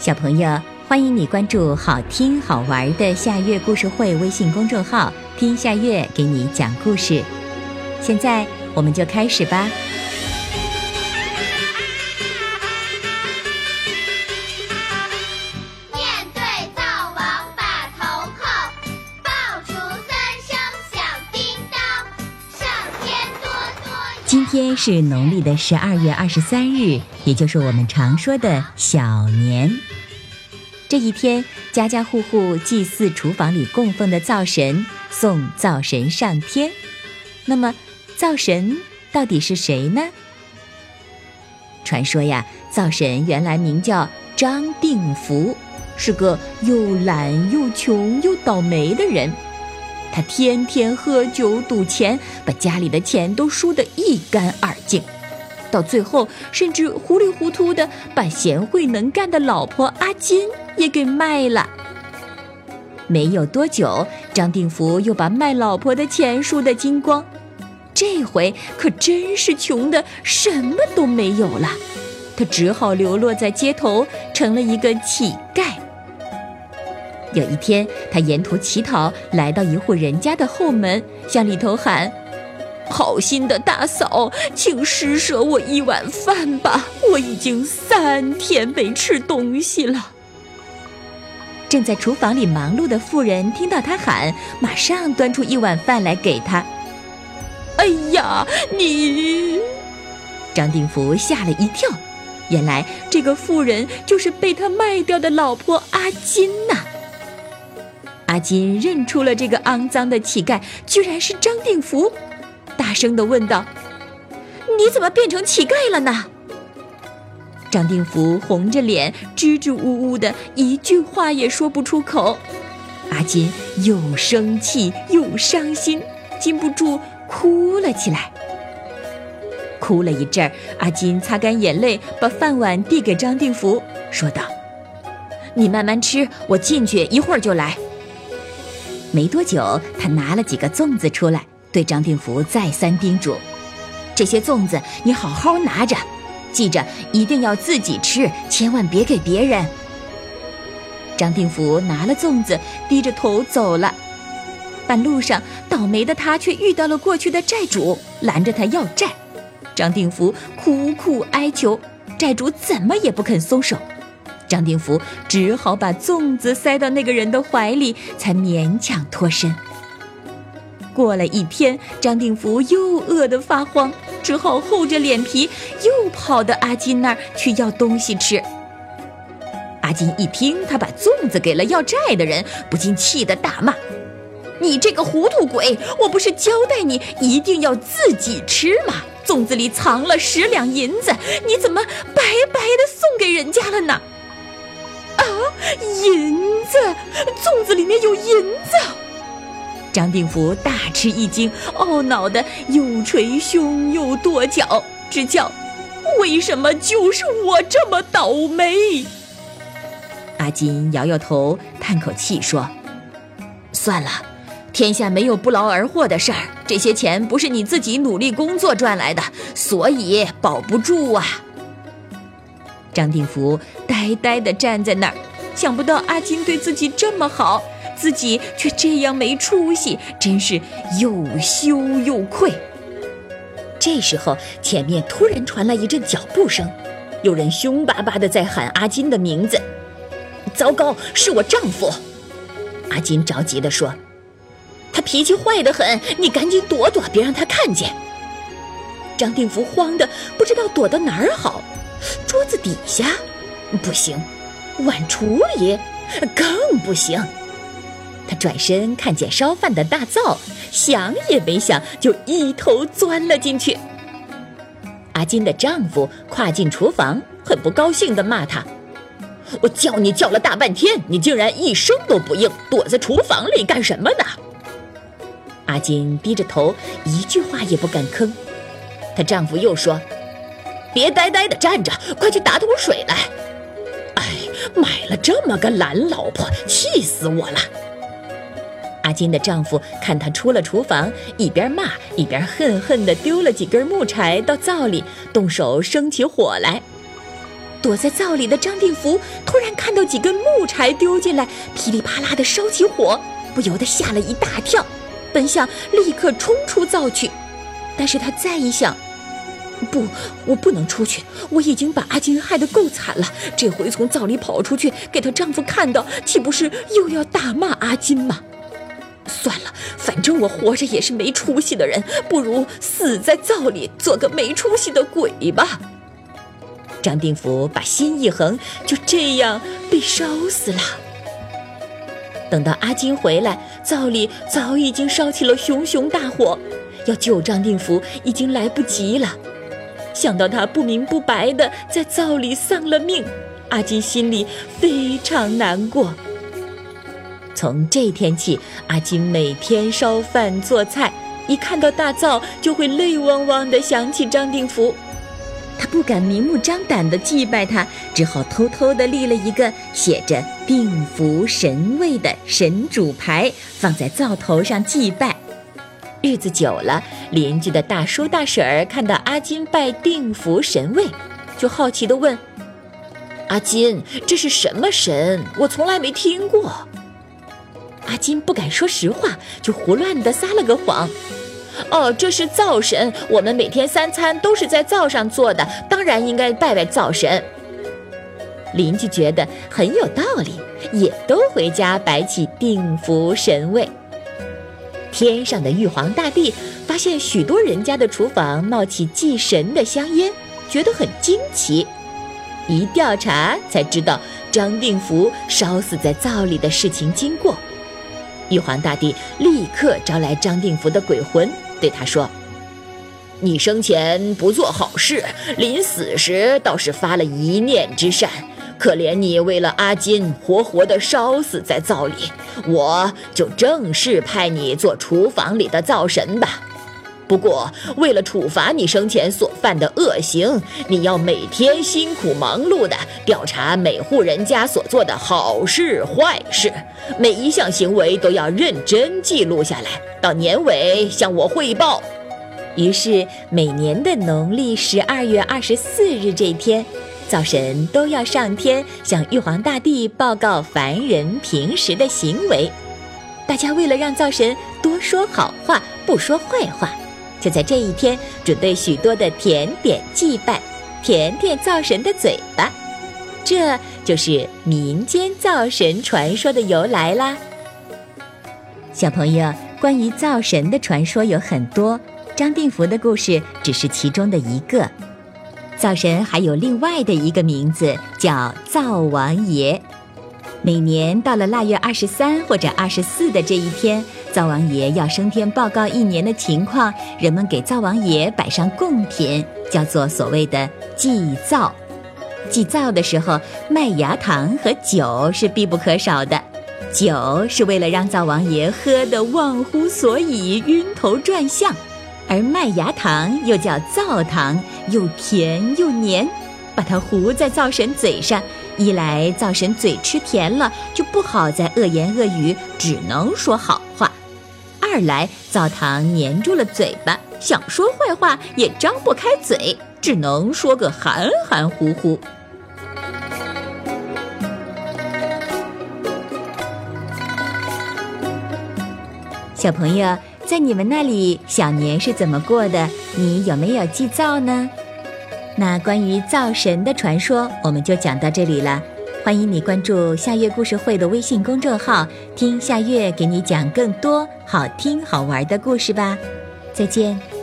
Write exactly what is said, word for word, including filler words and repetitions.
小朋友，欢迎你关注好听好玩的夏月故事会微信公众号，听夏月给你讲故事。现在我们就开始吧。 面对灶王把头叩，爆竹三声响叮当，上天多多益。 今天是农历的十二月二十三日，也就是我们常说的小年。这一天，家家户户祭祀厨房里供奉的灶神，送灶神上天。那么，灶神到底是谁呢？传说呀，灶神原来名叫张定福，是个又懒又穷又倒霉的人。他天天喝酒赌钱，把家里的钱都输得一干二净。到最后，甚至糊里糊涂地把贤惠能干的老婆阿金也给卖了。没有多久，张定福又把卖老婆的钱输得精光，这回可真是穷得什么都没有了。他只好流落在街头，成了一个乞丐。有一天，他沿途乞讨，来到一户人家的后门，向里头喊：好心的大嫂，请施舍我一碗饭吧，我已经三天没吃东西了。正在厨房里忙碌的妇人听到他喊，马上端出一碗饭来给他。哎呀，你！张定福吓了一跳，原来这个妇人就是被他卖掉的老婆阿金呐。阿金认出了这个肮脏的乞丐，居然是张定福，大声地问道：你怎么变成乞丐了呢？张定福红着脸，支支吾吾的，一句话也说不出口。阿金又生气又伤心，禁不住哭了起来。哭了一阵儿，阿金擦干眼泪，把饭碗递给张定福，说道：你慢慢吃，我进去一会儿就来。没多久，他拿了几个粽子出来，对张定福再三叮嘱：这些粽子你好好拿着，记着一定要自己吃，千万别给别人。张定福拿了粽子，低着头走了。半路上，倒霉的他却遇到了过去的债主，拦着他要债。张定福苦苦哀求，债主怎么也不肯松手。张定福只好把粽子塞到那个人的怀里，才勉强脱身。过了一天，张定福又饿得发慌，只好厚着脸皮又跑到阿金那儿去要东西吃。阿金一听他把粽子给了要债的人，不禁气得大骂：你这个糊涂鬼，我不是交代你一定要自己吃吗？粽子里藏了十两银子，你怎么白白的送给人家了呢？啊，银子！粽子里面有银子！张定福大吃一惊，懊恼的又捶胸又跺脚，只叫：为什么就是我这么倒霉？阿金摇摇头，叹口气说：算了，天下没有不劳而获的事儿，这些钱不是你自己努力工作赚来的，所以保不住啊。张定福呆呆地站在那儿，想不到阿金对自己这么好，自己却这样没出息，真是又羞又愧。这时候，前面突然传来一阵脚步声，有人凶巴巴地在喊阿金的名字。糟糕，是我丈夫！阿金着急地说：他脾气坏得很，你赶紧躲躲，别让他看见。张定福慌得不知道躲到哪儿好，桌子底下不行，碗橱里更不行。他转身看见烧饭的大灶，想也没想就一头钻了进去。阿金的丈夫跨进厨房，很不高兴地骂他：我叫你叫了大半天，你竟然一声都不应，躲在厨房里干什么呢？阿金低着头，一句话也不敢吭。她丈夫又说：别呆呆地站着，快去打桶水来。哎，买了这么个懒老婆，气死我了。阿金的丈夫看她出了厨房，一边骂一边恨恨地丢了几根木柴到灶里，动手生起火来。 躲在灶里的张定福突然看到几根木柴丢进来，噼里啪啦地烧起火，不由得吓了一大跳，本想立刻冲出灶去，但是他再一想，不，我不能出去，我已经把阿金害得够惨了，这回从灶里跑出去给她丈夫看到，岂不是又要大骂阿金吗？算了，反正我活着也是没出息的人，不如死在灶里做个没出息的鬼吧。张定福把心一横，就这样被烧死了。等到阿金回来，灶里早已经烧起了熊熊大火，要救张定福已经来不及了。想到他不明不白地在灶里丧了命，阿金心里非常难过。从这天起，阿金每天烧饭做菜，一看到大灶就会泪汪汪地想起张定福。他不敢明目张胆地祭拜他，只好偷偷地立了一个写着定福神位的神主牌，放在灶头上祭拜。日子久了，邻居的大叔大婶儿看到阿金拜定福神位，就好奇地问：阿金，这是什么神？我从来没听过。阿金不敢说实话，就胡乱地撒了个谎。哦，这是灶神，我们每天三餐都是在灶上做的，当然应该拜拜灶神。邻居觉得很有道理，也都回家摆起定福神位。天上的玉皇大帝发现许多人家的厨房冒起祭神的香烟，觉得很惊奇。一调查才知道张定福烧死在灶里的事情经过。玉皇大帝立刻招来张定福的鬼魂，对他说：你生前不做好事，临死时倒是发了一念之善，可怜你为了阿金活活地烧死在灶里，我就正式派你做厨房里的灶神吧。不过为了处罚你生前所犯的恶行，你要每天辛苦忙碌地调查每户人家所做的好事坏事，每一项行为都要认真记录下来，到年尾向我汇报。于是每年的农历十二月二十四日这一天，灶神都要上天向玉皇大帝报告凡人平时的行为。大家为了让灶神多说好话，不说坏话，就在这一天准备许多的甜点祭拜，甜甜灶神的嘴巴。这就是民间灶神传说的由来啦。小朋友，关于灶神的传说有很多，张定福的故事只是其中的一个。灶神还有另外的一个名字，叫灶王爷。每年到了腊月二十三或者二十四的这一天，灶王爷要升天报告一年的情况，人们给灶王爷摆上贡品，叫做所谓的祭灶。祭灶的时候，麦芽糖和酒是必不可少的。酒是为了让灶王爷喝得忘乎所以，晕头转向，而麦芽糖又叫灶糖，又甜又黏，把它糊在灶神嘴上，一来灶神嘴吃甜了，就不好再恶言恶语，只能说好话；二来灶糖粘住了嘴巴，想说坏话也张不开嘴，只能说个含含糊糊。小朋友，在你们那里小年是怎么过的？你有没有祭灶呢？那关于灶神的传说我们就讲到这里了，欢迎你关注夏月故事会的微信公众号，听夏月给你讲更多好听好玩的故事吧。再见。